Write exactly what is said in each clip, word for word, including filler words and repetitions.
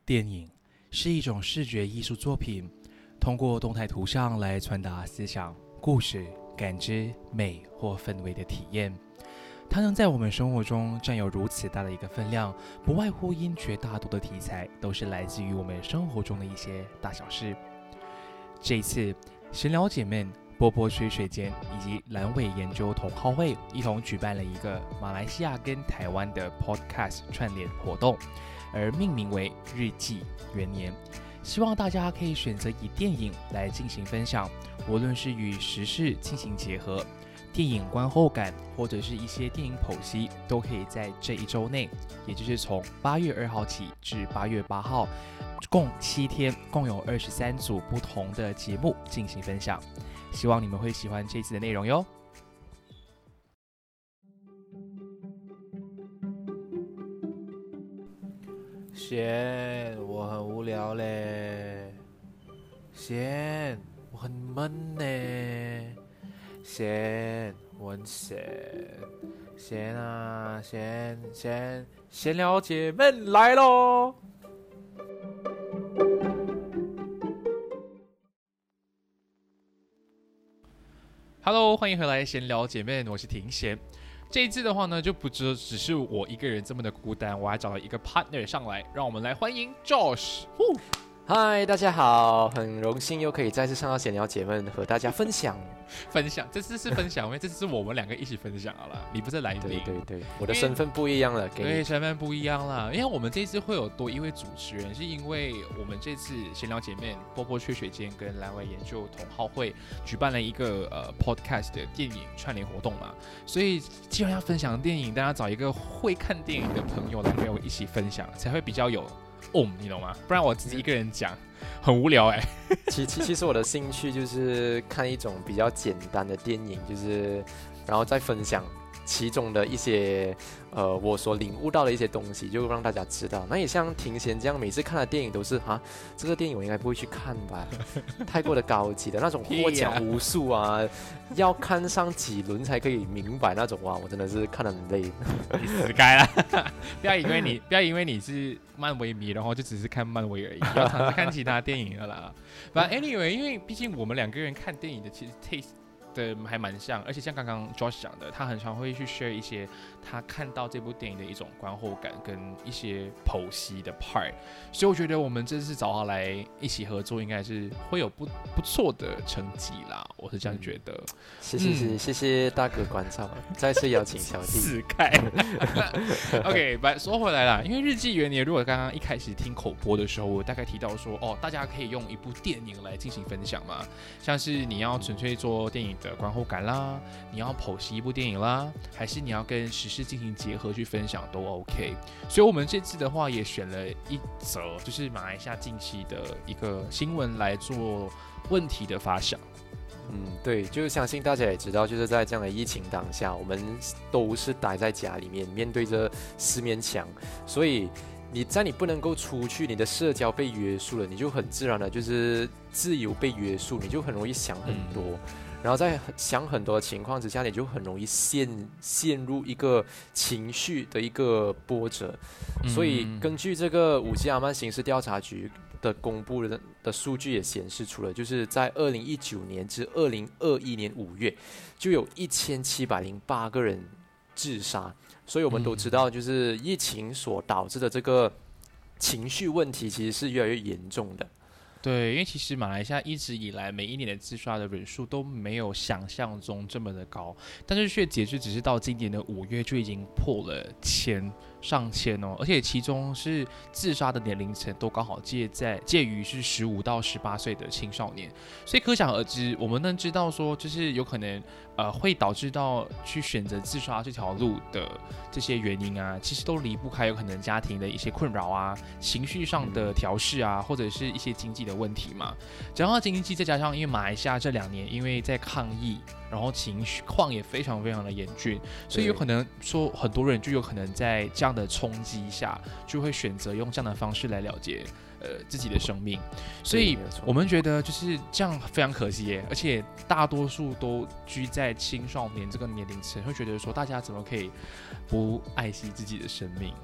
电影是一种视觉艺术作品，通过动态图像来传达思想、故事、感知、美或氛围的体验。它能在我们生活中占有如此大的一个分量，不外乎因绝大多的题材都是来自于我们生活中的一些大小事。这一次，闲聊姐妹、波波吹水间以及阑尾研究同好会一同举办了一个马来西亚跟台湾的 podcast 串联活动，而命名为日记元年。希望大家可以选择以电影来进行分享，无论是与时事进行结合，电影观后感，或者是一些电影剖析，都可以在这一周内，也就是从八月二号起至八月八号，共七天，共有二十三组不同的节目进行分享。希望你们会喜欢这次的内容哟。 贤，我很无聊嘞。贤，我很闷呢。贤，我很闲。贤啊，贤贤，闲聊姐妹来咯。 Hello， 欢迎回来闲聊姐妹，我是庭贤。这一次的话呢，就不只只是我一个人这么的孤单，我还找了一个 partner 上来，让我们来欢迎 Josh。 嗨，大家好，很荣幸又可以再次上到闲聊姐妹和大家分享。 分享，这次是分享，因为这次是我们两个一起分享好了，你不是来宾。 对对对，我的身份不一样了，给你。 对，身份不一样了，因为我们这次会有多一位主持人，是因为我们这次闲聊姐妹、波波吹水间跟阑尾研究同好会举办了一个呃 podcast 的电影串联活动嘛，所以既然要分享电影，大家找一个会看电影的朋友来跟我一起分享，才会比较有 om， 你懂吗？不然我自己一个人讲。很无聊哎、欸， 其其其实我的兴趣就是看一种比较简单的电影，就是然后再分享其中的一些呃我所领悟到的一些东西，就让大家知道。那也像庭贤这样，每次看的电影都是啊，这个电影我应该不会去看吧，太过的高级的那种获奖无数啊，要看上几轮才可以明白那种哇，我真的是看得很累。 你死该了，不要因为你不要因为你是漫威迷，然后就只是看漫威而已，要尝试看其他电影了啦。反正 anyway， 因为毕竟我们两个人看电影的其实 taste。的还蛮像，而且像刚刚 Josh 讲的，他很常会去 share 一些他看到这部电影的一种观后感跟一些剖析的 part， 所以我觉得我们这次找他来一起合作，应该是会有不不错的成绩啦，我是这样觉得。嗯、 谢谢谢、嗯、谢谢大哥关照，再次邀请小弟。 死开。OK， 把说回来啦，因为日记元年，如果刚刚一开始听口播的时候，我大概提到说，哦，大家可以用一部电影来进行分享嘛，像是你要纯粹做电影的观后感啦，你要剖析一部电影啦，还是你要跟时事进行结合去分享都 OK。所以我们这次的话也选了一则，就是马来西亚近期的一个新闻来做问题的发想。 嗯，对，就是相信大家也知道，就是在这样的疫情当下，我们都是待在家里面，面对着四面墙，所以你在你不能够出去，你的社交被约束了，你就很自然的就是自由被约束，你就很容易想很多。嗯，然后在想很多的情况之下，你就很容易陷陷入一个情绪的一个波折。所以根据这个五 G 阿曼刑事调查局的公布 的, 的数据也显示出了，就是在二零一九年至二零二一年五月，就有一千七百零八个人自杀。所以我们都知道，就是疫情所导致的这个情绪问题，其实是越来越严重的。 对，因为其实马来西亚一直以来每一年的自杀的人数都没有想象中这么的高，但是却截至只是到今年的五月就已经破了千上千哦，而且其中是自杀的年龄层都刚好介在介于是十五到十八岁的青少年，所以可想而知，我们能知道说，就是有可能呃会导致到去选择自杀这条路的这些原因啊，其实都离不开有可能家庭的一些困扰啊，情绪上的调适啊，或者是一些经济的问题嘛。讲到经济，再加上因为马来西亚这两年因为在抗疫，然后情况也非常非常的严峻，所以有可能说很多人就有可能在这样的冲击下，就会选择用这样的方式来了结呃自己的生命。所以我们觉得就是这样非常可惜耶，而且大多数都居在青少年这个年龄层，会觉得说大家怎么可以不爱惜自己的生命？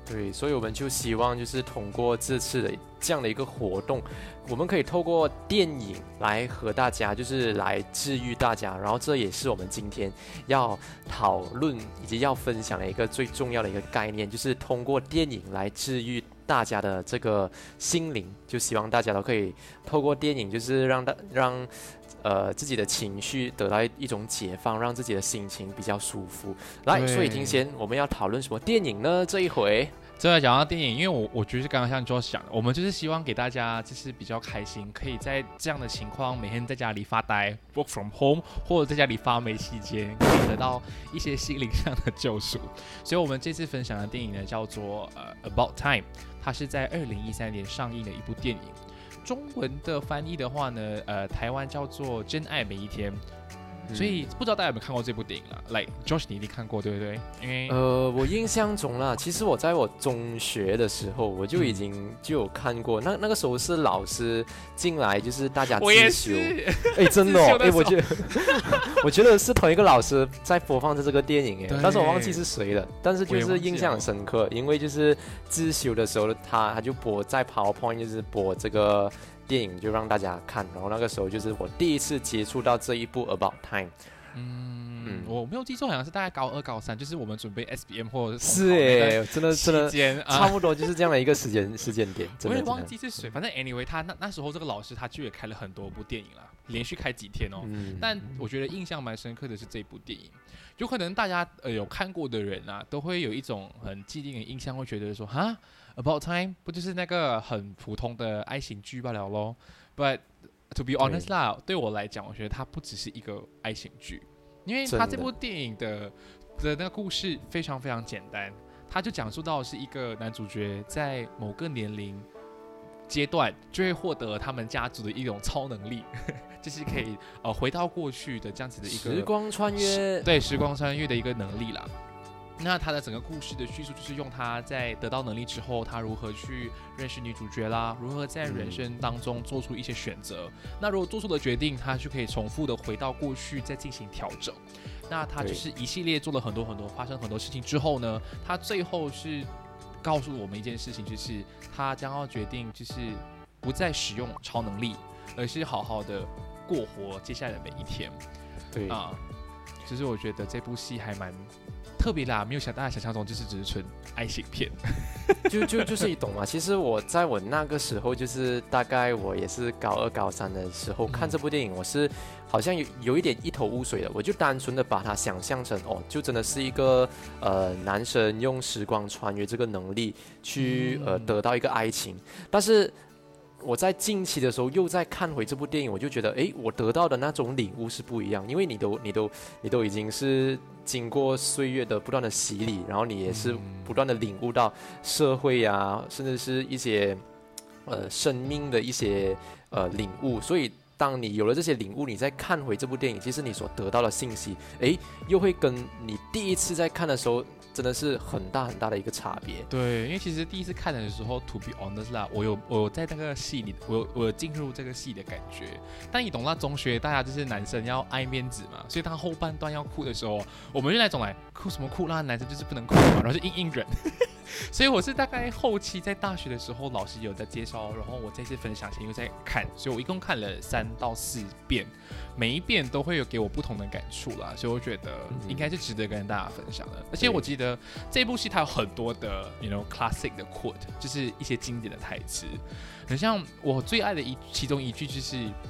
对，所以我们就希望就是通过这次的这样的一个活动，我们可以透过电影来和大家就是来治愈大家，然后这也是我们今天要讨论以及要分享的一个最重要的一个概念，就是通过电影来治愈大家的这个心灵，就希望大家都可以透过电影就是让大让呃自己的情绪得到一种解放，让自己的心情比较舒服。来，所以今天我们要讨论什么电影呢？这一回这要讲到电影，因为我我觉得刚刚像 Josh 讲的，我们就是希望给大家就是比较开心，可以在这样的情况每天在家里发呆 work from home， 或者在家里发霉期间，可以得到一些心灵上的救赎。所以我们这次分享的电影呢叫做呃 About Time， 它是在二零一三年上映的一部电影。中文的翻译的话呢，呃，台湾叫做《真爱每一天》。所以不知道大家有没有看过这部电影啦？来 ，Josh， 你一定看过对不对？因为呃，我印象中啦，其实我在我中学的时候我就已经就有看过，那那个时候是老师进来，就是大家自修。 我也是， 哎，真的哦，哎，我觉得我觉得是同一个老师在播放着这个电影，哎，但是我忘记是谁了，但是就是印象很深刻，因为就是自修的时候，他他就播在 PowerPoint， 就是播这个电影就让大家看，然后那个时候就是我第一次接触到这一部 About Time。 嗯, 嗯我没有记错，好像是大概高二、高三，就是我们准备 S B M 或者是哎，真的真的啊、 差不多就是这样的一个时间时间点。 我也忘记是谁，反正 anyway， 他那那时候这个老师他就也开了很多部电影啦，连续开几天哦。嗯、但我觉得印象蛮深刻的是这部电影，有可能大家呃有看过的人啊，都会有一种很既定的印象，会觉得说哈。About Time 不就是那个很普通的爱情剧罢了咯 But to be honest 啦，对我来讲，我觉得它不只是一个爱情剧，因为它这部电影的的那个故事非常非常简单，它就讲述到的是一个男主角在某个年龄阶段就会获得他们家族的一种超能力，就是可以呃回到过去的这样子的一个时光穿越， 对时光穿越的一个能力啦。那他的整个故事的叙述就是用他在得到能力之后，他如何去认识女主角啦，如何在人生当中做出一些选择。那如果做出了决定，他就可以重复的回到过去，再进行调整。那他就是一系列做了很多很多，发生很多事情之后呢，他最后是告诉我们一件事情，就是他将要决定，就是不再使用超能力，而是好好的过活接下来的每一天。 对啊，其实我觉得这部戏还蛮特别啦，没有想大家想象中就是只是纯爱情片， 就就就是你懂吗？其实我在我那个时候，就是大概我也是高二高三的时候看这部电影，我是好像有有一点一头雾水的，我就单纯的把它想象成哦，就真的是一个呃男生用时光穿越这个能力去呃得到一个爱情，但是。我在近期的时候又再看回这部电影，我就觉得，哎，我得到的那种领悟是不一样，因为你都、你都、你都已经是经过岁月的不断的洗礼，然后你也是不断的领悟到社会啊，甚至是一些呃生命的一些呃领悟，所以当你有了这些领悟，你再看回这部电影，其实你所得到的信息，哎，又会跟你第一次在看的时候。真的是很大很大的一个差别。 对，因为其实第一次看的时候 ，to be honest 啦，我有我有在那个戏里，我有我有进入这个戏的感觉。但你懂啦，中学大家就是男生要爱面子嘛，所以当后半段要哭的时候，我们就那种来哭什么哭啦，男生就是不能哭嘛，然后就硬硬忍。所以我是大概后期在大学的时候，老师有在介绍，然后我这次分享前又在看，所以我一共看了三到四遍，每一遍都会有给我不同的感触啦，所以我觉得应该是值得跟大家分享的。而且我记得这部戏它有很多的 ，you know classic 的 quote， 就是一些经典的台词，很像我最爱的一其中一句就是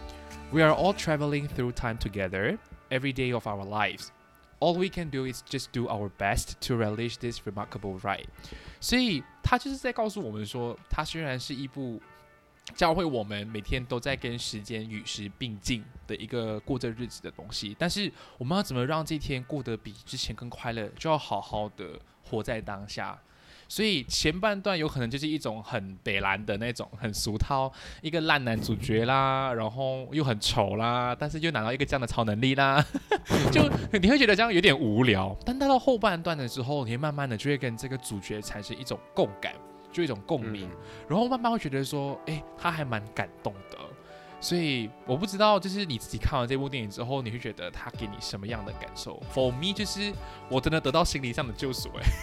"We are all traveling through time together every day of our lives."All we can do is just do our best to relish this remarkable ride. 所以他就是在告诉我们说，它虽然是一部教会我们每天都在跟时间与时并进的一个过着日子的东西，但是我们要怎么让这一天过得比之前更快乐，就要好好的活在当下。所以前半段有可能就是一种很北蓝的那种很俗套，一个烂男主角啦，然后又很丑啦，但是又拿到一个这样的超能力啦，就你会觉得这样有点无聊。但到后半段的时候，你会慢慢的就会跟这个主角产生一种共感，就一种共鸣，嗯、然后慢慢会觉得说，哎，他还蛮感动的。所以我不知道，就是你自己看完这部电影之后，你会觉得他给你什么样的感受 ？For me， 就是我真的得到心理上的救赎，哎。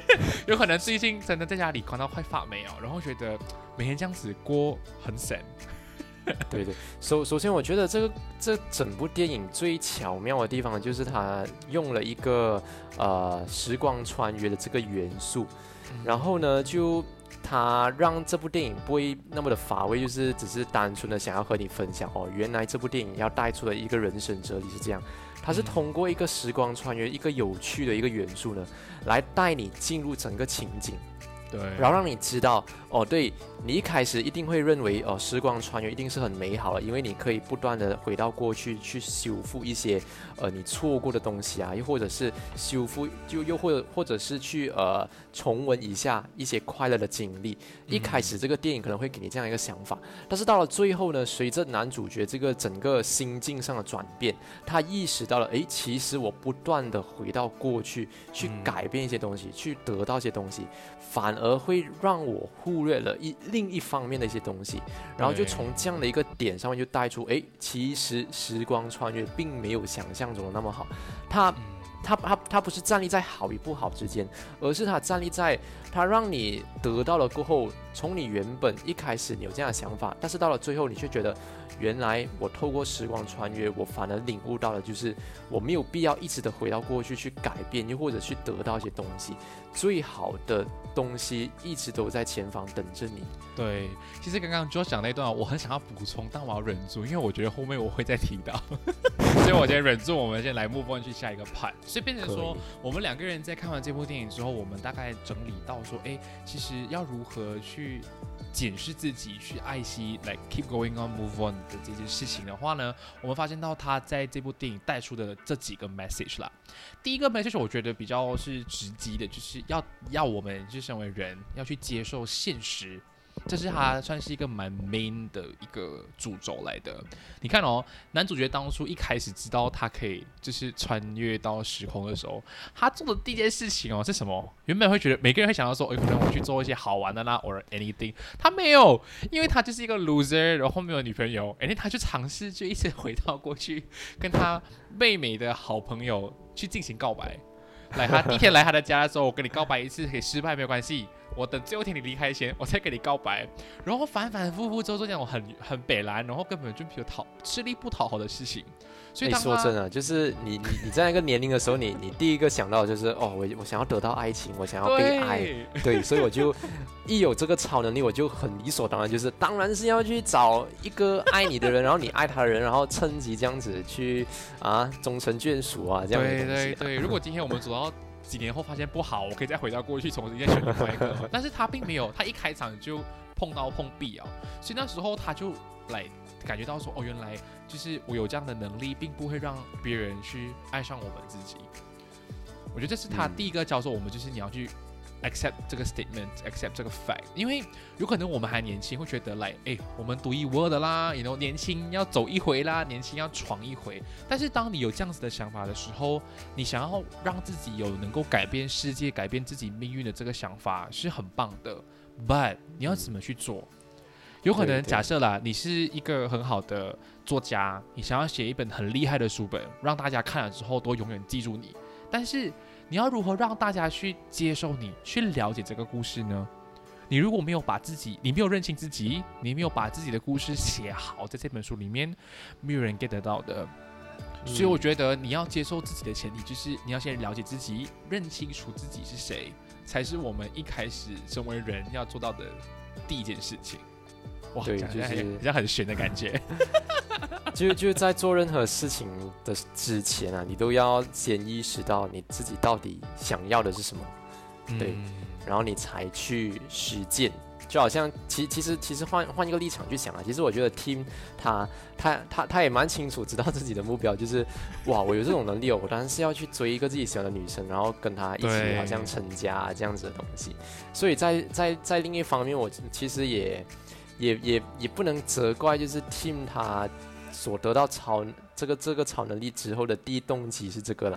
有可能最近真的在家里看到快发霉哦，然后觉得每天这样子过很省。 对对，首首先我觉得这个这整部电影最巧妙的地方就是它用了一个呃时光穿越的这个元素， 嗯、 然后呢就它让这部电影不会那么的乏味，就是只是单纯的想要和你分享哦，原来这部电影要带出的一个人生哲理是这样，它是通过一个时光穿越一个有趣的一个元素呢，来带你进入整个情景。 对， 然后让你知道哦，对你一开始一定会认为哦，时光穿越一定是很美好的，因为你可以不断的回到过去去修复一些呃你错过的东西啊，又或者是修复，就又或者或者是去呃重温一下一些快乐的经历。一开始这个电影可能会给你这样一个想法，但是到了最后呢，随着男主角这个整个心境上的转变，他意识到了，诶，其实我不断的回到过去去改变一些东西，嗯、去得到一些东西，反而会让我忽略了一另一方面的一些东西，然后就从这样的一个点上面就带出，哎，其实时光穿越并没有想象中的那么好，它。它它它不是站立在好与不好之间，而是它站立在它让你得到了过后，从你原本一开始你有这样的想法，但是到了最后你却觉得，原来我透过时光穿越，我反而领悟到了，就是我没有必要一直的回到过去去改变，又或者去得到一些东西，最好的东西一直都在前方等着你。 对，其实刚刚 Josh 讲那段我很想要补充，但我要忍住，因为我觉得后面我会再提到，所以我先忍住，我们先来 move on 去下一个 part。所以变成说，我们两个人在看完这部电影之后，我们大概整理到说，哎，其实要如何去检视自己，去爱惜 like keep going on move on 的这件事情的话呢，我们发现到他在这部电影带出的这几个 message 啦。第一个 message 我觉得比较是直击的，就是要要我们就身为人要去接受现实。这是他算是一个蛮 main 的一个主轴来的。你看哦，男主角当初一开始知道他可以就是穿越到时空的时候，他做的第一件事情哦是什么？原本会觉得每个人会想到说，哎，可能我去做一些好玩的啦 ，or anything。他没有，因为他就是一个 loser， 然后没有女朋友，哎，他就尝试就一直回到过去，跟他妹妹的好朋友去进行告白。来，他第一天来他的家的时候，我跟你告白一次可以失败没有关系，我等最后一天你离开前，我再跟你告白。然后反反复复之后做这种很很北蓝，然后根本就没有讨吃力不讨好的事情。所以你、欸、说真的，就是你你你在那个年龄的时候，你你第一个想到的就是哦，我我想要得到爱情，我想要被爱，对，对，所以我就一有这个超能力，我就很理所当然，就是当然是要去找一个爱你的人，然后你爱他的人，然后趁机这样子去啊终成眷属啊，这样的东西、啊。 对对对，如果今天我们走到几年后发现不好，我可以再回到过去，重新再选另外一个。但是他并没有，他一开场就碰到碰壁啊，所以那时候他就来感觉到说，哦，原来就是我有这样的能力，并不会让别人去爱上我们自己。我觉得这是他第一个教授我们，就是你要去 accept 这个 statement，accept 这个 fact， 因为有可能我们还年轻，会觉得来，哎，我们独一无二的啦， you know， 年轻要走一回啦，年轻要闯一回。但是当你有这样子的想法的时候，你想要让自己有能够改变世界、改变自己命运的这个想法是很棒的 ，but 你要怎么去做？有可能假设啦，你是一个很好的作家，你想要写一本很厉害的书本，让大家看了之后都永远记住你。但是你要如何让大家去接受你，去了解这个故事呢？你如果没有把自己，你没有认清自己，你没有把自己的故事写好，在这本书里面，没有人 get 得到的。所以我觉得你要接受自己的前提，就是你要先了解自己，认清楚自己是谁，才是我们一开始身为人要做到的第一件事情。哇， 对，就是比较很玄的感觉。 就就在做任何事情的之前啊，你都要先意识到你自己到底想要的是什么，对，嗯、然后你才去实践。就好像其其实其实换换一个立场去想啊，其实我觉得 Tim 他他他他也蛮清楚知道自己的目标，就是哇，我有这种能力哦，我当然是要去追一个自己喜欢的女生，然后跟她一起好像成家、啊、这样子的东西。所以在在在另一方面，我其实也也也也不能责怪，就是 Tim 他所得到超这个这个超能力之后的第一动机是这个啦，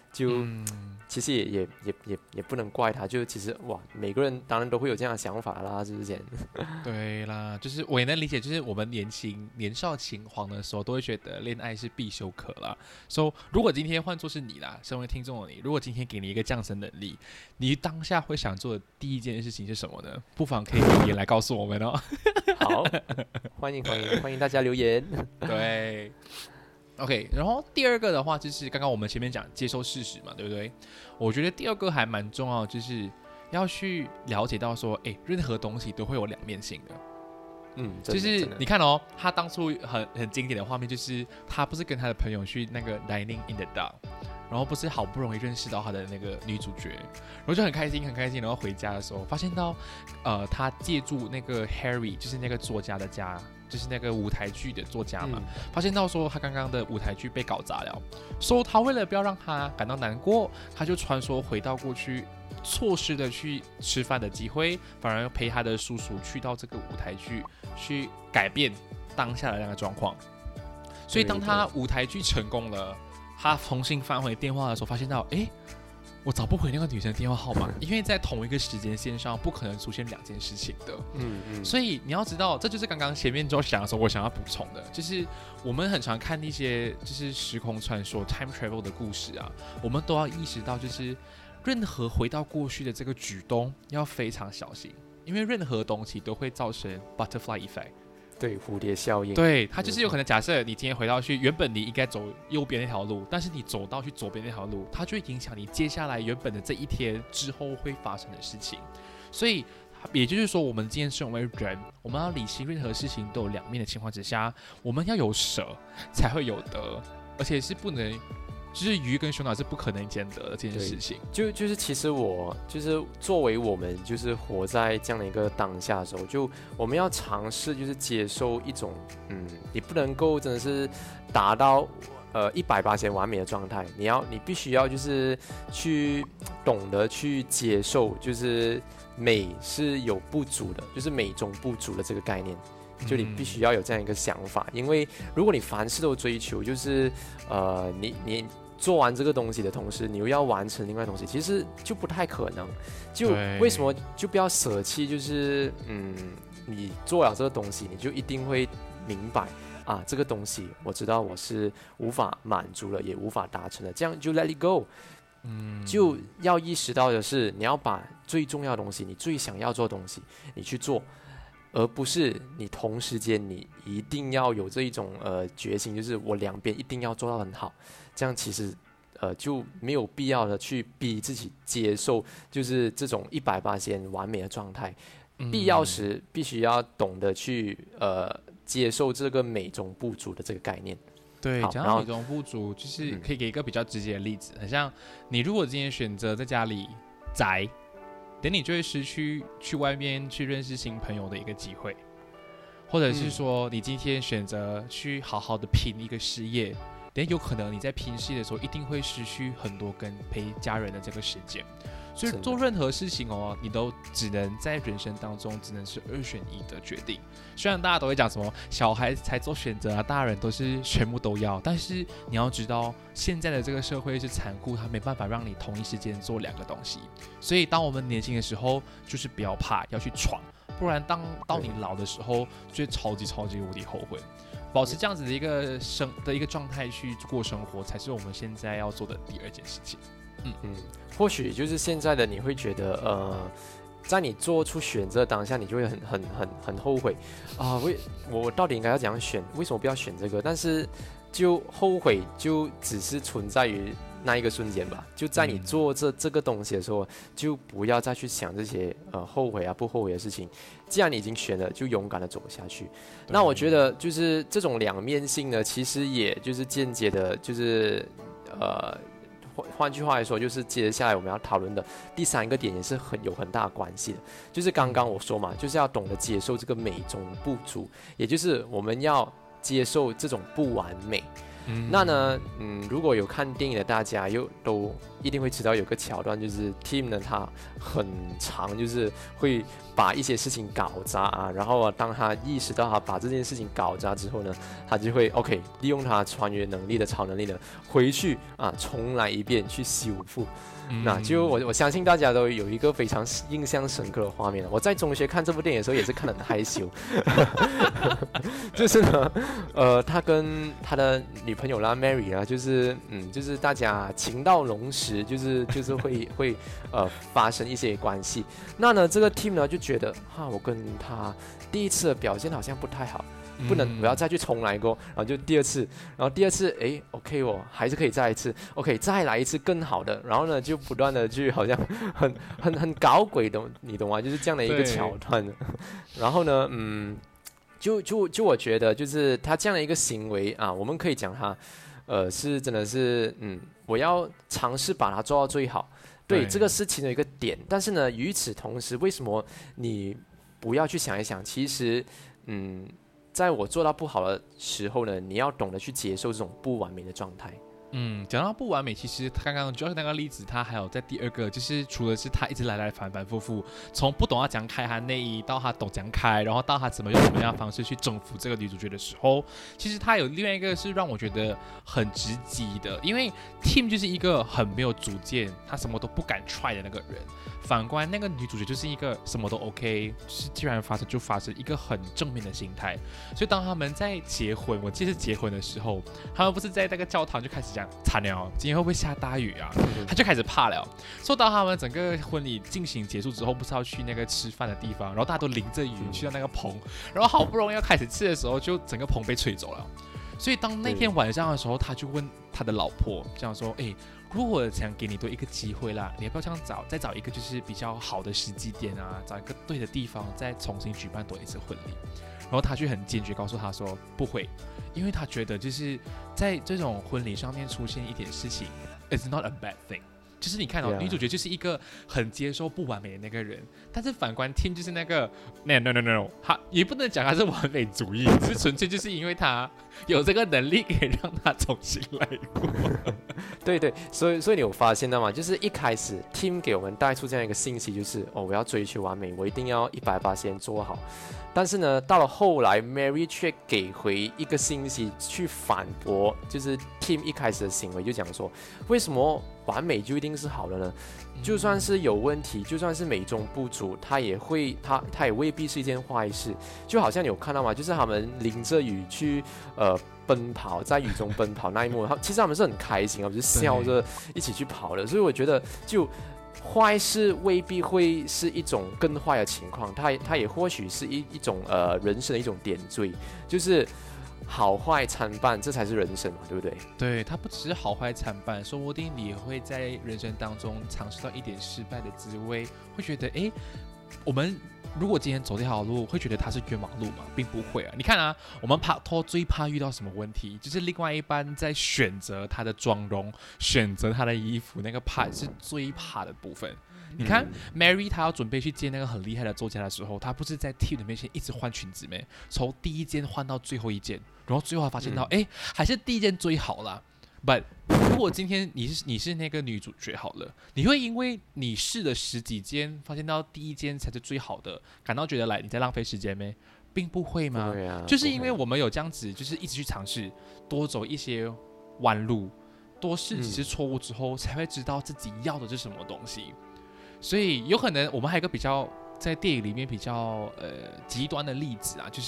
就、 嗯其实也也也也也不能怪他，就其实哇，每个人当然都会有这样的想法啦，是不是？ 对啦，就是我也能理解，就是我们年轻年少轻狂的时候，都会觉得恋爱是必修课啦。所、so, 以如果今天换作是你啦，身为听众的你，如果今天给你一个降生能力，你当下会想做的第一件事情是什么呢？不妨可以留言来告诉我们哦。 好，欢迎欢迎欢迎大家留言。 对。OK， 然后第二个的话就是刚刚我们前面讲接受事实嘛，对不对？我觉得第二个还蛮重要，就是要去了解到说，哎，任何东西都会有两面性的。 嗯， 就是你看哦，他当初很很经典的画面，就是他不是跟他的朋友去那个 dining in the dark， 然后不是好不容易认识到他的那个女主角，然后就很开心很开心，然后回家的时候发现到，呃，他借助那个 Harry， 就是那个作家的家。就是那个舞台剧的作家嘛，嗯、发现到说他刚刚的舞台剧被搞砸了，所以他为了不要让他感到难过，他就穿梭回到过去，错失了去吃饭的机会，反而陪他的叔叔去到这个舞台剧，去改变当下的那个状况。所以当他舞台剧成功了，他重新翻回电话的时候，发现到，哎。我找不回那个女生的电话号码，因为在同一个时间线上不可能出现两件事情的。嗯嗯。所以你要知道，这就是刚刚前面就想的时候，我想要补充的，就是我们很常看一些就是时空穿梭 （time travel） 的故事啊，我们都要意识到，就是任何回到过去的这个举动要非常小心，因为任何东西都会造成 butterfly effect。 对，蝴蝶效应， 对，它就是有可能。假设你今天回到去，原本你应该走右边那条路，但是你走到去左边那条路，它就会影响你接下来原本的这一天之后会发生的事情。所以，也就是说，我们今天身为人，我们要理性，任何事情都有两面的情况之下，我们要有舍才会有得，而且是不能。就是鱼跟熊掌是不可能兼得的这件事情。 就就是其实我就是作为我们就是活在这样的一个当下的时候，就我们要尝试就是接受一种嗯，你不能够真的是达到呃一百八十完美的状态，你要你必须要就是去懂得去接受，就是美是有不足的，就是美中不足的这个概念。就你必须要有这样一个想法，因为如果你凡事都追求，就是呃，你你做完这个东西的同时，你又要完成另外东西，其实就不太可能。就为什么就不要舍弃？就是嗯，你做了这个东西，你就一定会明白啊，这个东西我知道我是无法满足了，也无法达成的，这样就 let it go。嗯，就要意识到的是，你要把最重要的东西，你最想要做的东西，你去做。而不是你同时间你一定要有这一种呃决心，就是我两边一定要做到很好，这样其实呃就没有必要的去逼自己接受，就是这种一百八十完美的状态。嗯、必要时必须要懂得去呃接受这个美中不足的这个概念。 对，讲到美中不足，就是可以给一个比较直接的例子，很像你如果今天选择在家里宅。等你就会失去去外面去认识新朋友的一个机会，或者是说你今天选择去好好的拼一个事业，等有可能你在拼事业的时候一定会失去很多跟陪家人的这个时间。所以做任何事情哦，你都只能在人生当中只能是二选一的决定。虽然大家都会讲什么小孩才做选择啊，大人都是全部都要，但是你要知道现在的这个社会是残酷，它没办法让你同一时间做两个东西。所以当我们年轻的时候，就是不要怕，要去闯，不然当到你老的时候，就会超级超级无敌后悔。保持这样子的一个生的一个状态去过生活，才是我们现在要做的第二件事情。 嗯嗯，或许就是现在的你会觉得，呃，在你做出选择当下，你就会很很很很后悔啊！为我到底应该要怎样选？为什么不要选这个？但是就后悔就只是存在于那一个瞬间吧。就在你做这、嗯、这个东西的时候，就不要再去想这些呃后悔啊不后悔的事情。既然你已经选了，就勇敢的走下去。那我觉得就是这种两面性呢，其实也就是间接的，就是呃。换句话来说，就是接下来我们要讨论的第三个点也是很有很大的关系的，就是刚刚我说嘛，就是要懂得接受这个美中不足，也就是我们要接受这种不完美。 嗯、那呢，嗯，如果有看电影的大家又都一定会知道有个桥段，就是 Tim 呢，他很常就是会把一些事情搞砸啊，然后啊，当他意识到他把这件事情搞砸之后呢，他就会 OK 利用他穿越能力的超能力呢，回去啊重来一遍去修复。那就我我相信大家都有一个非常印象深刻的画面了。我在中学看这部电影的时候也是看得很害羞，就是呢，呃，他跟他的女朋友啦 Mary 啊，就是嗯，就是大家情到浓时，就是就是会会呃发生一些关系。那呢，这个 Tim 呢就觉得哈，我跟他第一次的表现好像不太好。不能，我要再去重来过，然后就第二次，然后第二次，哎 ，OK 哦，还是可以再一次 ，OK， 再来一次更好的，然后呢，就不断的去好像很很很搞鬼的，你懂吗？就是这样的一个桥段。然后呢，嗯，就就就我觉得，就是他这样的一个行为啊，我们可以讲他，呃，是真的是，嗯，我要尝试把它做到最好。对，这个是其中一个点。但是呢，与此同时，为什么你不要去想一想，其实，嗯。在我做到不好的时候呢，你要懂得去接受这种不完美的状态。 嗯，讲到不完美，其实他刚刚 Josh 那个例子，他还有在第二个，就是除了是他一直来来反反复复，从不懂要怎样开他内衣，到他懂怎样开，然后到他怎么用什么样的方式去征服这个女主角的时候，其实他有另外一个是让我觉得很直击的，因为 Tim 就是一个很没有主见，他什么都不敢 try 的那个人。反观那个女主角就是一个什么都 OK， 就是既然发生就发生，一个很正面的心态。所以当他们在结婚，我记得是结婚的时候，他们不是在那个教堂就开始讲惨了，今天会不会下大雨啊？他就开始怕了。所以当他们整个婚礼进行结束之后，不是要去那个吃饭的地方，然后大家都淋着雨去到那个棚，然后好不容易要开始吃的时候，就整个棚被吹走了。所以当那天晚上的时候，他就问他的老婆这样说：“哎，如果我想给你多一个机会啦，你要不要这样找，再找一个就是比较好的时机点啊，找一个对的地方，再重新举办多一次婚礼？”然后他却很坚决告诉他说：“不会，因为他觉得就是在这种婚礼上面出现一点事情 ，it's not a bad thing。”就是你看哦， yeah. 女主角就是一个很接受不完美的那个人，但是反观 Tim 就是那个 no no no no， 他也不能讲他是完美主义，只是纯粹就是因为他有这个能力可以让他重新来过。 对对，所以所以你有发现到吗？就是一开始 Tim 给我们带出这样一个信息，就是哦，我要追求完美，我一定要一百八先做好。但是呢，到了后来 ，Mary 却给回一个信息去反驳，就是 Tim 一开始的行为，就讲说，为什么完美就一定是好的呢？就算是有问题，就算是美中不足，它也会，它它也未必是一件坏事。就好像你有看到吗？就是他们淋着雨去呃奔跑，在雨中奔跑那一幕，其实他们是很开心啊，就是笑着一起去跑的。所以我觉得就。坏事未必会是一种更坏的情况，它它也或许是一一种呃人生的一种点缀，就是好坏参半，这才是人生嘛，对不对？ 对，它不只是好坏参半，说不定你也会在人生当中尝试到一点失败的滋味，会觉得哎，我们如果今天走这条路，会觉得它是冤枉路吗？并不会啊！你看啊，我们拍拖最怕遇到什么问题？就是另外一半在选择他的妆容、选择他的衣服，那个怕是最怕的部分。你看、嗯、Mary 她要准备去见那个很厉害的作家的时候，她不是在 Tim 的面前一直换裙子咩？从第一件换到最后一件，然后最后发现到，哎、嗯，还是第一件最好啦。But 如果今天你是你是那个女主角好了，你会因为你试了十几间，发现到第一间才是最好的，感到觉得来你在浪费时间咩？并不会吗？ 啊、 就是因为我们有这样子，就是一直去尝试，多走一些弯路，多试几次错误之后，嗯、才会知道自己要的是什么东西。所以有可能我们还有一个比较在电影里面比较呃极端的例子啊，就是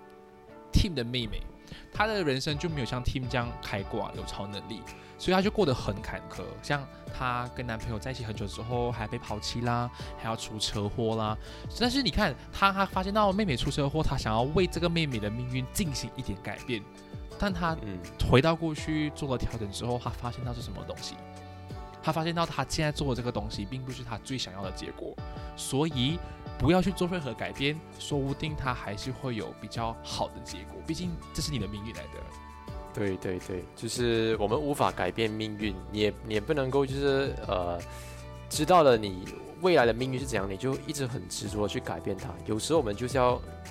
Tim 的妹妹。她的人生就没有像 Tim 这样开挂，有超能力，所以她就过得很坎坷。像她跟男朋友在一起很久之后，还被抛弃啦，还要出车祸啦。但是你看，她她发现到妹妹出车祸，她想要为这个妹妹的命运进行一点改变，但她回到过去做了调整之后，她发现到是什么东西？她发现到她现在做的这个东西，并不是她最想要的结果，所以。不要去做任何改变，说不定它还是会有比较好的结果。毕竟这是你的命运来的。 对对对，就是我们无法改变命运，你也你也不能够就是呃，知道了你未来的命运是怎样，你就一直很执着去改变它。有时候我们就是要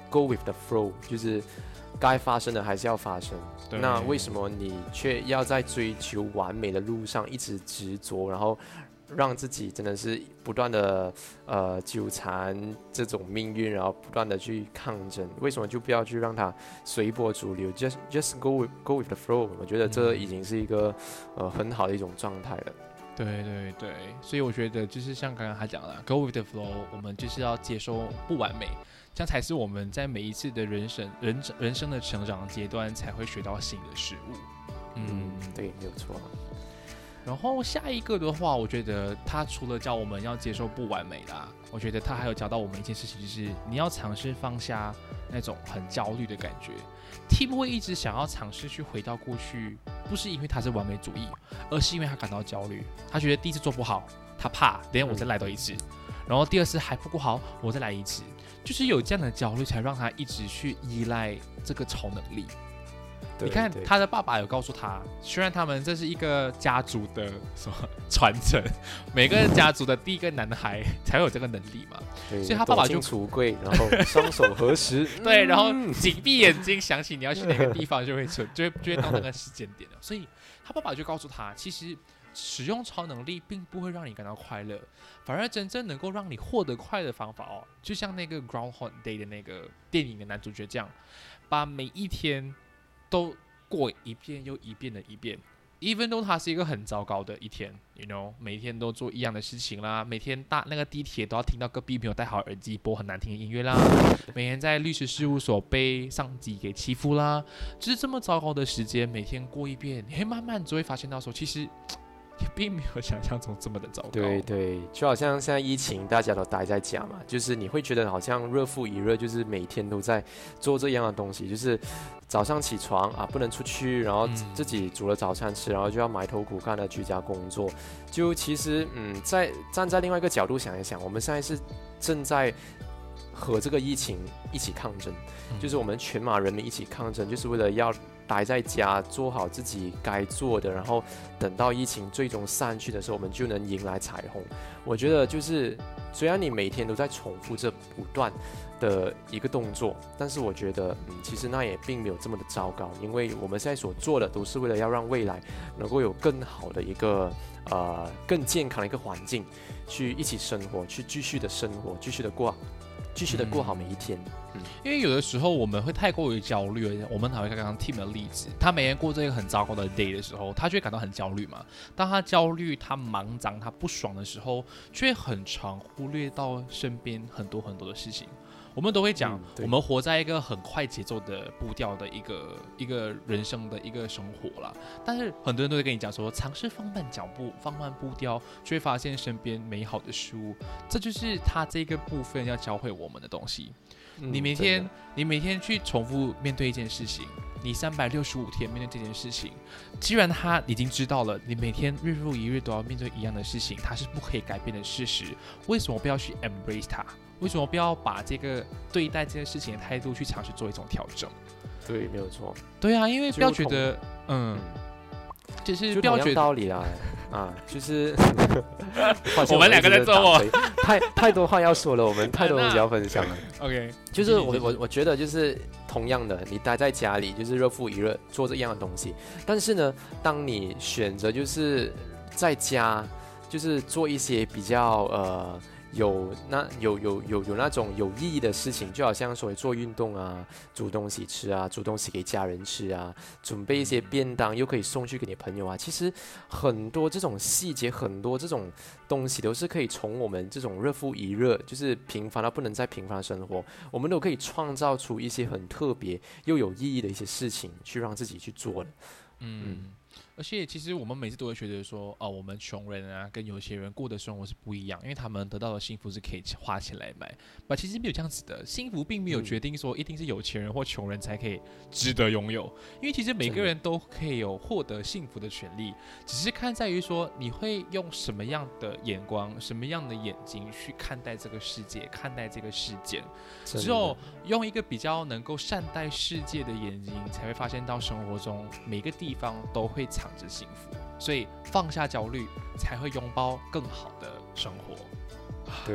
go with the flow， 就是该发生的还是要发生。那为什么你却要在追求完美的路上一直执着，然后让自己真的是不断的呃纠缠这种命运，然后不断的去抗争？为什么就不要去让它随波逐流 ，just just go with, go with the flow？ 我觉得这已经是一个、嗯、呃很好的一种状态了。 对对对，所以我觉得就是像刚刚他讲的 ，go with the flow， 我们就是要接受不完美，这样才是我们在每一次的人生人人生的成长阶段才会学到新的事物。 嗯，嗯对，没有错。 然后下一个的话，我觉得他除了教我们要接受不完美啦，我觉得他还有教到我们一件事情，就是你要尝试放下那种很焦虑的感觉。Tim 会一直想要尝试去回到过去，不是因为他是完美主义，而是因为他感到焦虑。他觉得第一次做不好，他怕，等下我再来多一次，然后第二次还不够好，我再来一次，就是有这样的焦虑，才让他一直去依赖这个超能力。你看他的爸爸有告诉他，虽然他们这是一个家族的什么传承，每个家族的第一个男孩才会有这个能力嘛，所以他爸爸就橱柜，然后双手合十， 对，然后紧闭眼睛，想起你要去哪个地方就会就会就会到那个时间点了。所以他爸爸就告诉他，其实使用超能力并不会让你感到快乐，反而真正能够让你获得快乐的方法哦，就像那个 Groundhog Day 的那个电影的男主角这样，把每一天都过一遍又一遍的一遍 ，even though 它是一个很糟糕的一天 ，you know， 每天都做一样的事情啦，每天搭那个地铁都要听到隔壁朋友戴好耳机播很难听的音乐啦，每天在律师事务所被上级给欺负啦，就是这么糟糕的时间，每天过一遍，你会慢慢就会发现到说，其实也并没有想象中这么的糟糕。 对对，就好像现在疫情，大家都待在家嘛，就是你会觉得好像热复一热，就是每天都在做这样的东西，就是早上起床啊，不能出去，然后自己煮了早餐吃，然后就要埋头苦干的居家工作。就其实，嗯，在站在另外一个角度想一想，我们现在是正在和这个疫情一起抗争，就是我们全马人民一起抗争，就是为了要待在家，做好自己该做的，然后等到疫情最终散去的时候，我们就能迎来彩虹。我觉得就是，虽然你每天都在重复这不断的一个动作，但是我觉得，嗯，其实那也并没有这么的糟糕，因为我们现在所做的都是为了要让未来能够有更好的一个呃更健康的一个环境，去一起生活，去继续的生活，继续的过。继续的过好每一天、嗯嗯、 因为有的时候我们会太过于焦虑，我们还会刚刚 Tim 的例子，他每天过这个很糟糕的 day 的时候，他就会感到很焦虑嘛。当他焦虑、他忙张、他不爽的时候，就会很常忽略到身边很多很多的事情。我们都会讲、嗯，我们活在一个很快节奏的步调的一个一个人生的一个生活啦。但是很多人都会跟你讲说，尝试放慢脚步，放慢步调，就会发现身边美好的事物。这就是他这个部分要教会我们的东西。嗯、你每天你每天去重复面对一件事情，你三百六十五天面对这件事情，既然他已经知道了，你每天日复一日都要面对一样的事情，它是不可以改变的事实，为什么不要去 embrace 它？为什么不要把这个对待这件事情的态度去尝试做一种调整？ 对，没有错。 对啊，因为不要觉得，嗯，就是不要觉得道理啦，啊，就是我们两个在做我太太多话要说了，我们太多东西要分享了。 OK， 就是我我我觉得就是同样的，你待在家里就是热复一热做这样的东西，但是呢，当你选择就是在家就是做一些比较呃。有那有有有有那种有意义的事情，就好像所谓做运动啊，煮东西吃啊，煮东西给家人吃啊，准备一些便当又可以送去给你朋友啊。其实很多这种细节，很多这种东西都是可以从我们这种热复一热，就是平凡到不能再平凡的生活，我们都可以创造出一些很特别又有意义的一些事情，去让自己去做的。嗯。嗯而且其实我们每次都会觉得说，哦，我们穷人啊跟有钱人过的生活是不一样，因为他们得到的幸福是可以花钱来买。但其实没有这样子的，幸福并没有决定说一定是有钱人或穷人才可以值得拥有，因为其实每个人都可以有获得幸福的权利，只是看在于说你会用什么样的眼光、什么样的眼睛去看待这个世界、看待这个事件。只有用一个比较能够善待世界的眼睛，才会发现到生活中每个地方都会藏着幸福，所以放下焦虑，才会拥抱更好的生活。 对，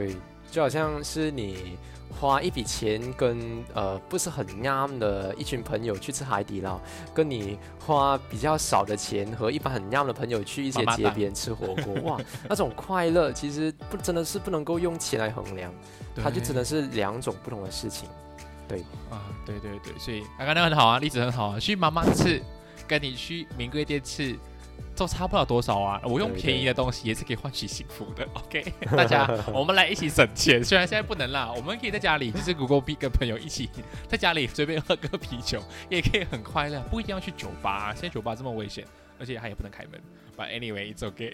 就好像是你花一笔钱跟呃不是很啱的一群朋友去吃海底捞，跟你花比较少的钱和一般很啱的朋友去一些街边吃火锅，哇，那种快乐其实不真的是不能够用钱来衡量，它就真的是两种不同的事情。对啊，对对对，所以刚刚那很好啊，例子很好啊，去妈妈吃，跟你去名贵店吃。都差不了多少啊！我用便宜的东西也是可以换取幸福的。OK， 大家我们来一起省钱。虽然现在不能啦，我们可以在家里就是 Google B 跟朋友一起在家里随便喝个啤酒，也可以很快乐，不一定要去酒吧。现在酒吧这么危险，而且它也不能开门。But anyway, it's okay 。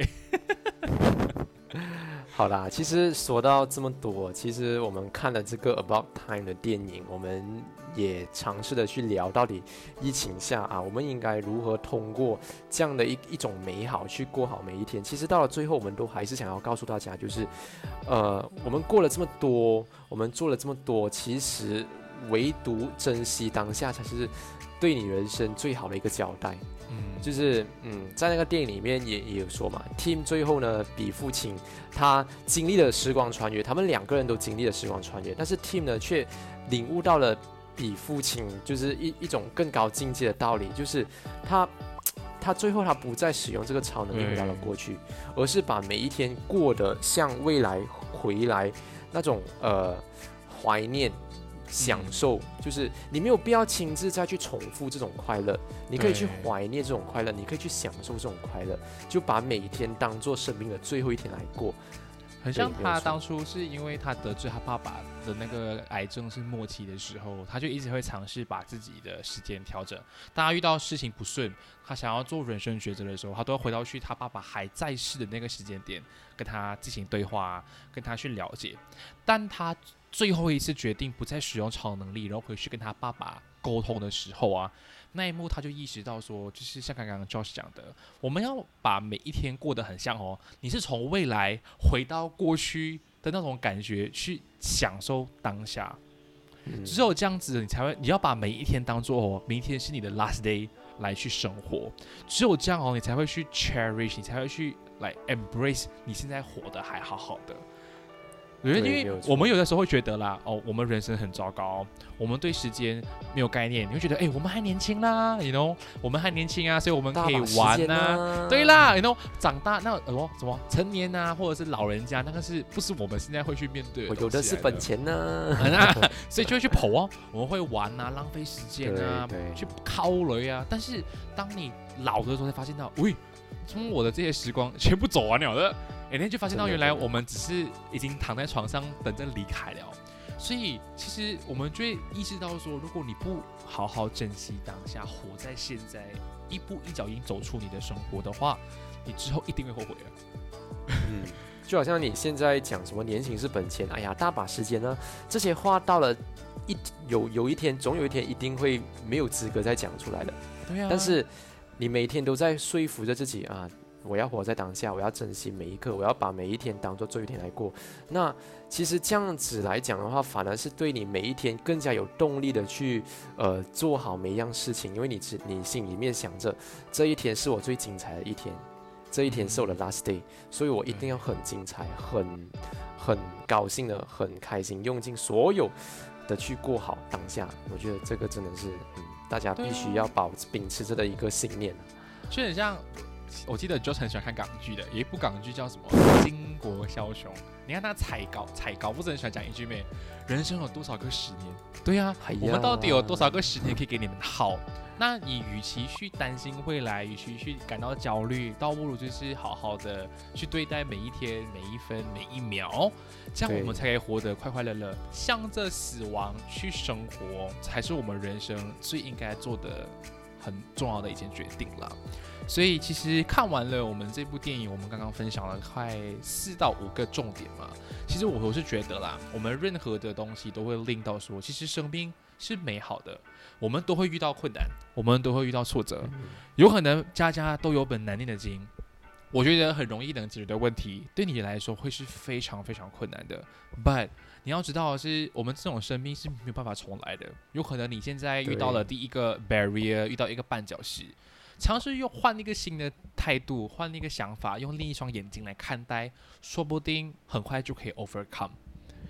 好啦，其实说到这么多，其实我们看了这个 About Time 的电影，我们也尝试的去聊到底疫情下啊，我们应该如何通过这样的一一种美好去过好每一天。其实到了最后，我们都还是想要告诉大家，就是呃，我们过了这么多，我们做了这么多，其实唯独珍惜当下才是对你人生最好的一个交代。嗯，就是嗯，在那个电影里面也也有说嘛 ，Tim 最后呢比父亲他经历了时光穿越，他们两个人都经历了时光穿越，但是 Tim 呢却领悟到了比父亲就是一一种更高境界的道理，就是他他最后他不再使用这个超能力回到了过去，而是把每一天过得像未来回来那种呃怀念。享受、嗯、就是你没有必要亲自再去重复这种快乐，你可以去怀念这种快乐，你可以去享受这种快乐，就把每一天当做生命的最后一天来过。 很像他当初是因为他得知他爸爸的那个癌症是末期的时候，他就一直会尝试把自己的时间调整。当他遇到事情不顺，他想要做人生抉择的时候，他都要回到去他爸爸还在世的那个时间点，跟他进行对话，跟他去了解。但他最后一次决定不再使用超能力，然后回去跟他爸爸沟通的时候啊，那一幕他就意识到说，就是像刚刚 Josh 讲的，我们要把每一天过得很像哦，你是从未来回到过去的那种感觉去享受当下。嗯、只有这样子，你才会，你要把每一天当做哦，明天是你的 last day 来去生活。只有这样哦，你才会去 cherish， 你才会去来 embrace 你现在活得还好好的。因为我们有的时候会觉得啦，哦，我们人生很糟糕，我们对时间没有概念，你会觉得，哎、欸，我们还年轻啦 ，you know， 我们还年轻啊，所以我们可以玩啊，对啦 ，you know， 长大那呃什么成年啊，或者是老人家，那个是不是我们现在会去面对的？ 我有的是本钱呢、 啊，所以就会去跑啊，我们会玩啊，浪费时间啊，去靠雷啊，但是当你老的时候才发现到，喂，从我的这些时光全部走完了的。哎，那就发现到原来我们只是已经躺在床上等着离开了，所以其实我们就会意识到说，如果你不好好珍惜当下，活在现在，一步一脚印走出你的生活的话，你之后一定会后悔的。 嗯，就好像你现在讲什么年轻是本钱，哎呀，大把时间呢，这些话到了一有有一天，总有一天一定会没有资格再讲出来的。 对啊。 但是你每天都在说服着自己啊。我要活在当下，我要珍惜每一刻，我要把每一天当作最后一天来过。那其实这样子来讲的话，反而是对你每一天更加有动力的去呃做好每一样事情，因为你你心里面想着这一天是我最精彩的一天，这一天是我的 last day， 所以我一定要很精彩、很很高兴的、很开心，用尽所有的去过好当下。我觉得这个真的是嗯，大家必须要保秉持着的一个信念。 就很像。我记得 Josh 很喜欢看港剧的，有一部港剧叫什么《巾帼枭雄》。你看他踩稿，踩稿不是很喜欢讲一句咩？人生有多少个十年？对呀、啊哎，我们到底有多少个十年可以给你们好？那你与其去担心未来，与其去感到焦虑，倒不如就是好好的去对待每一天、每一分、每一秒，这样我们才可以活得快快乐乐，向着死亡去生活，才是我们人生最应该做的很重要的一件决定了。所以其实看完了我们这部电影，我们刚刚分享了快四到五个重点嘛。其实我是觉得啦，我们任何的东西都会令到说，其实生命是美好的，我们都会遇到困难，我们都会遇到挫折，有可能家家都有本难念的经。我觉得很容易能解决的问题，对你来说会是非常非常困难的。But 你要知道的是，我们这种生命是没有办法重来的。有可能你现在遇到了第一个 barrier， 遇到一个绊脚石。尝试用换一个新的态度，换一个想法，用另一双眼睛来看待，说不定很快就可以 overcome。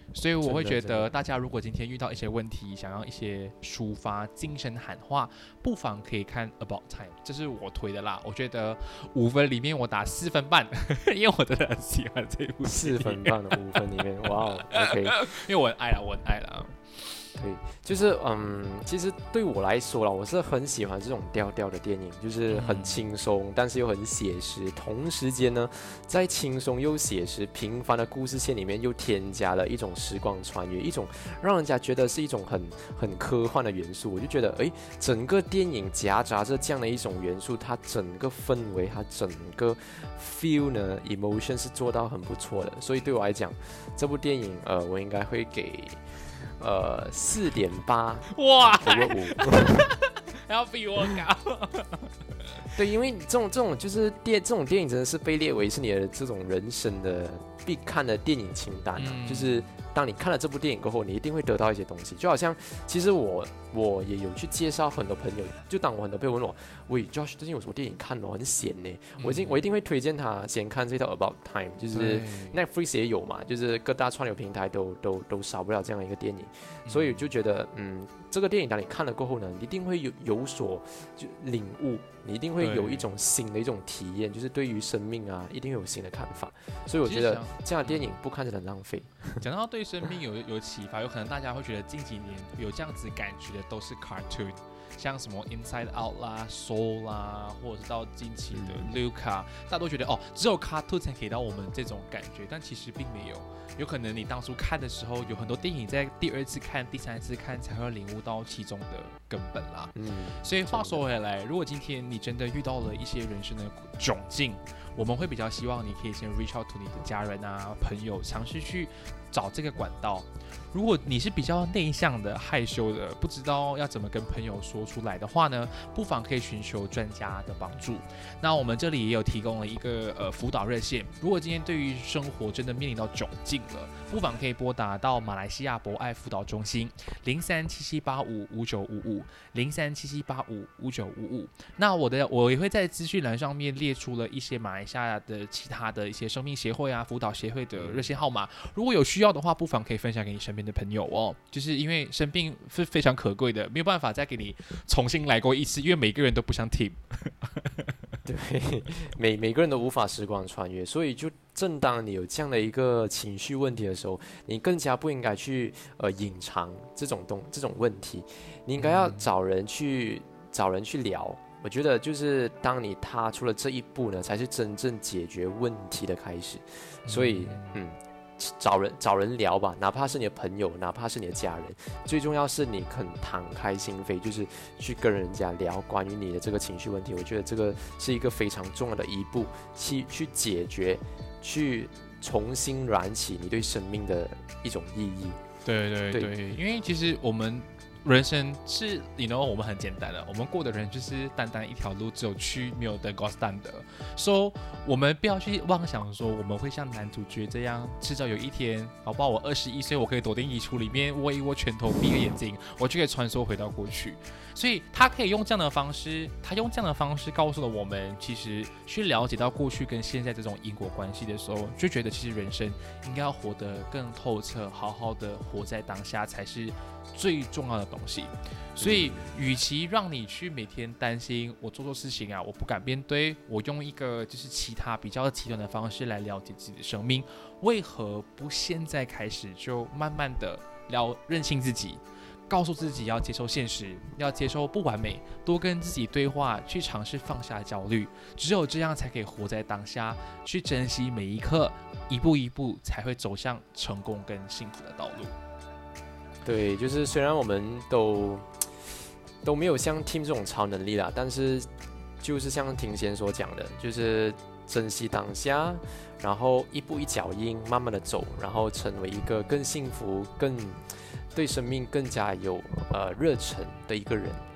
所以我会觉真的真的得，大家如果今天遇到一些问题，想要一些抒发、精神喊话，不妨可以看 About Time， 这是我推的啦。我觉得五分里面我打四分半，因为我真的很喜欢这部戏。 四分半的五分里面，哇哦 ，OK， 因为我很爱啦，我很爱啦。 对，就是嗯，其实对我来说啦，我是很喜欢这种调调的电影，就是很轻松，但是又很写实。同时间呢，在轻松又写实、平凡的故事线里面，又添加了一种时光穿越，一种让人家觉得是一种很很科幻的元素。我就觉得，哎，整个电影夹杂着这样的一种元素，它整个氛围，它整个 feel 呢 ，emotion 是做到很不错的。所以对我来讲，这部电影，呃，我应该会给。呃，四点八， 哇， 个五， 还要比我高。 对，因为这种这种就是电这种电影真的是被列为是你的这种人生的必看的电影清单啊， 嗯、 就是当你看了这部电影过后，你一定会得到一些东西。就好像其实我我也有去介绍很多朋友，就当我很多朋友问我，喂 Josh 最近有什么电影看哦，很闲呢，嗯、我一定我一定会推荐他先看这套 About Time， 就是 Netflix 也有嘛，就是各大串流平台都都都少不了这样的一个电影，嗯、所以就觉得嗯，这个电影当你看了过后呢，你一定会有有所就领悟。你一定会有一种新的一种体验，就是对于生命啊，一定会有新的看法。所以我觉得这样的电影不看真的很浪费。 讲到对生命有有启发，有可能大家会觉得近几年有这样子感觉的都是 cartoon， 像什么 Inside Out 啦、Soul 啦，或者是到近期的 Luca， 大家都觉得哦，只有 cartoon 才给到我们这种感觉，但其实并没有。有可能你当初看的时候，有很多电影在第二次看、第三次看才会领悟到其中的根本啦。嗯，所以话说回来，如果今天你真的遇到了一些人生的窘境，我们会比较希望你可以先 reach out to 你的家人啊、朋友，尝试去找这个管道。如果你是比较内向的、害羞的，不知道要怎么跟朋友说出来的话呢，不妨可以寻求专家的帮助。那我们这里也有提供了一个呃辅导热线，如果今天对于生活真的面临到窘境了，不妨可以拨打到马来西亚博爱辅导中心零三七七八五五九五五零三七七八五五九五五。那我的我也会在资讯栏上面列出了一些马来西亚的其他的一些生命协会啊、辅导协会的热线号码，如果有需要的话，不妨可以分享给你身边的朋友哦。就是因为生病是非常可贵的，没有办法再给你重新来过一次，因为每个人都不像 team。 对，每每个人都无法时光穿越，所以就正当你有这样的一个情绪问题的时候，你更加不应该去呃隐藏这种东这种问题，你应该要找人去、嗯、找人去聊。我觉得就是当你踏出了这一步呢，才是真正解决问题的开始。所以，嗯。找人找人聊吧，哪怕是你的朋友，哪怕是你的家人，最重要是你肯敞开心扉，就是去跟人家聊关于你的这个情绪问题。我觉得这个是一个非常重要的一步，去去解决，去重新燃起你对生命的一种意义。 对对 对, 对，因为其实我们人生是，你 you know 我们很简单的，我们过的人就是单单一条路，只有去没有的 goes down 的。所以我们不要去妄想说我们会像男主角这样，迟早有一天，好不好？我二十一岁，我可以躲进衣橱里面握一握拳头，闭个眼睛，我就可以穿梭回到过去。所以他可以用这样的方式，他用这样的方式告诉了我们，其实去了解到过去跟现在这种因果关系的时候，就觉得其实人生应该要活得更透彻，好好的活在当下才是最重要的东西。所以与其让你去每天担心我做错事情啊，我不敢面对，我用一个就是其他比较极端的方式来了解自己的生命，为何不现在开始就慢慢的了认清自己，告诉自己要接受现实，要接受不完美，多跟自己对话，去尝试放下焦虑，只有这样才可以活在当下，去珍惜每一刻，一步一步才会走向成功跟幸福的道路。 对，就是虽然我们都都没有像 Tim 这种超能力啦，但是就是像庭贤所讲的，就是珍惜当下，然后一步一脚印，慢慢的走，然后成为一个更幸福、更对生命更加有呃热忱的一个人。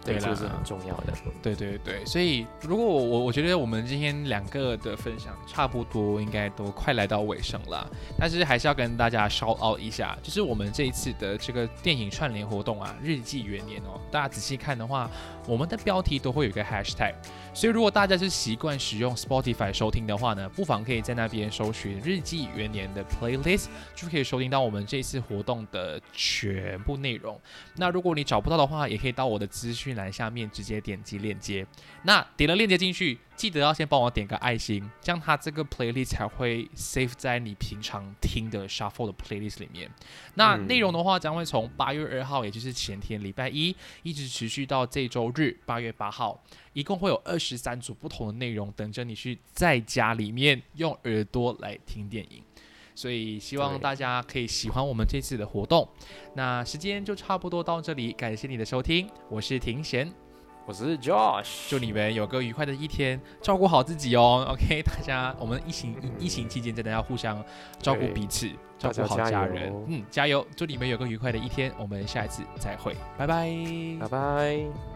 对， 对啦这个是很重要的。 对对对，所以如果我我我觉得我们今天两个的分享差不多应该都快来到尾声了，但是还是要跟大家 shout out 一下，就是我们这一次的这个电影串联活动啊，日记元年哦，大家仔细看的话，我们的标题都会有一个 hashtag， 所以如果大家是习惯使用 Spotify 收听的话呢，不妨可以在那边搜寻日记元年的 playlist， 就可以收听到我们这一次活动的全部内容。那如果你找不到的话，也可以到我的资讯栏下面直接点击链接。那点了链接进去，记得要先帮我点个爱心，这样它这个 playlist 才会 save 在你平常听的 shuffle 的 playlist 里面。那内容的话，将会从八月二号，也就是前天礼拜一，一直持续到这周日八月八号，一共会有二十三组不同的内容等着你去在家里面用耳朵来听电影。所以希望大家可以喜欢我们这次的活动。那时间就差不多到这里，感谢你的收听，我是庭贤， 我是 Josh， 祝你们有个愉快的一天，照顾好自己哦。OK， 大家我们疫情疫情期间真的要互相照顾彼此，照顾好家人，嗯，加油！祝你们有个愉快的一天，我们下一次再会，拜拜， 拜拜。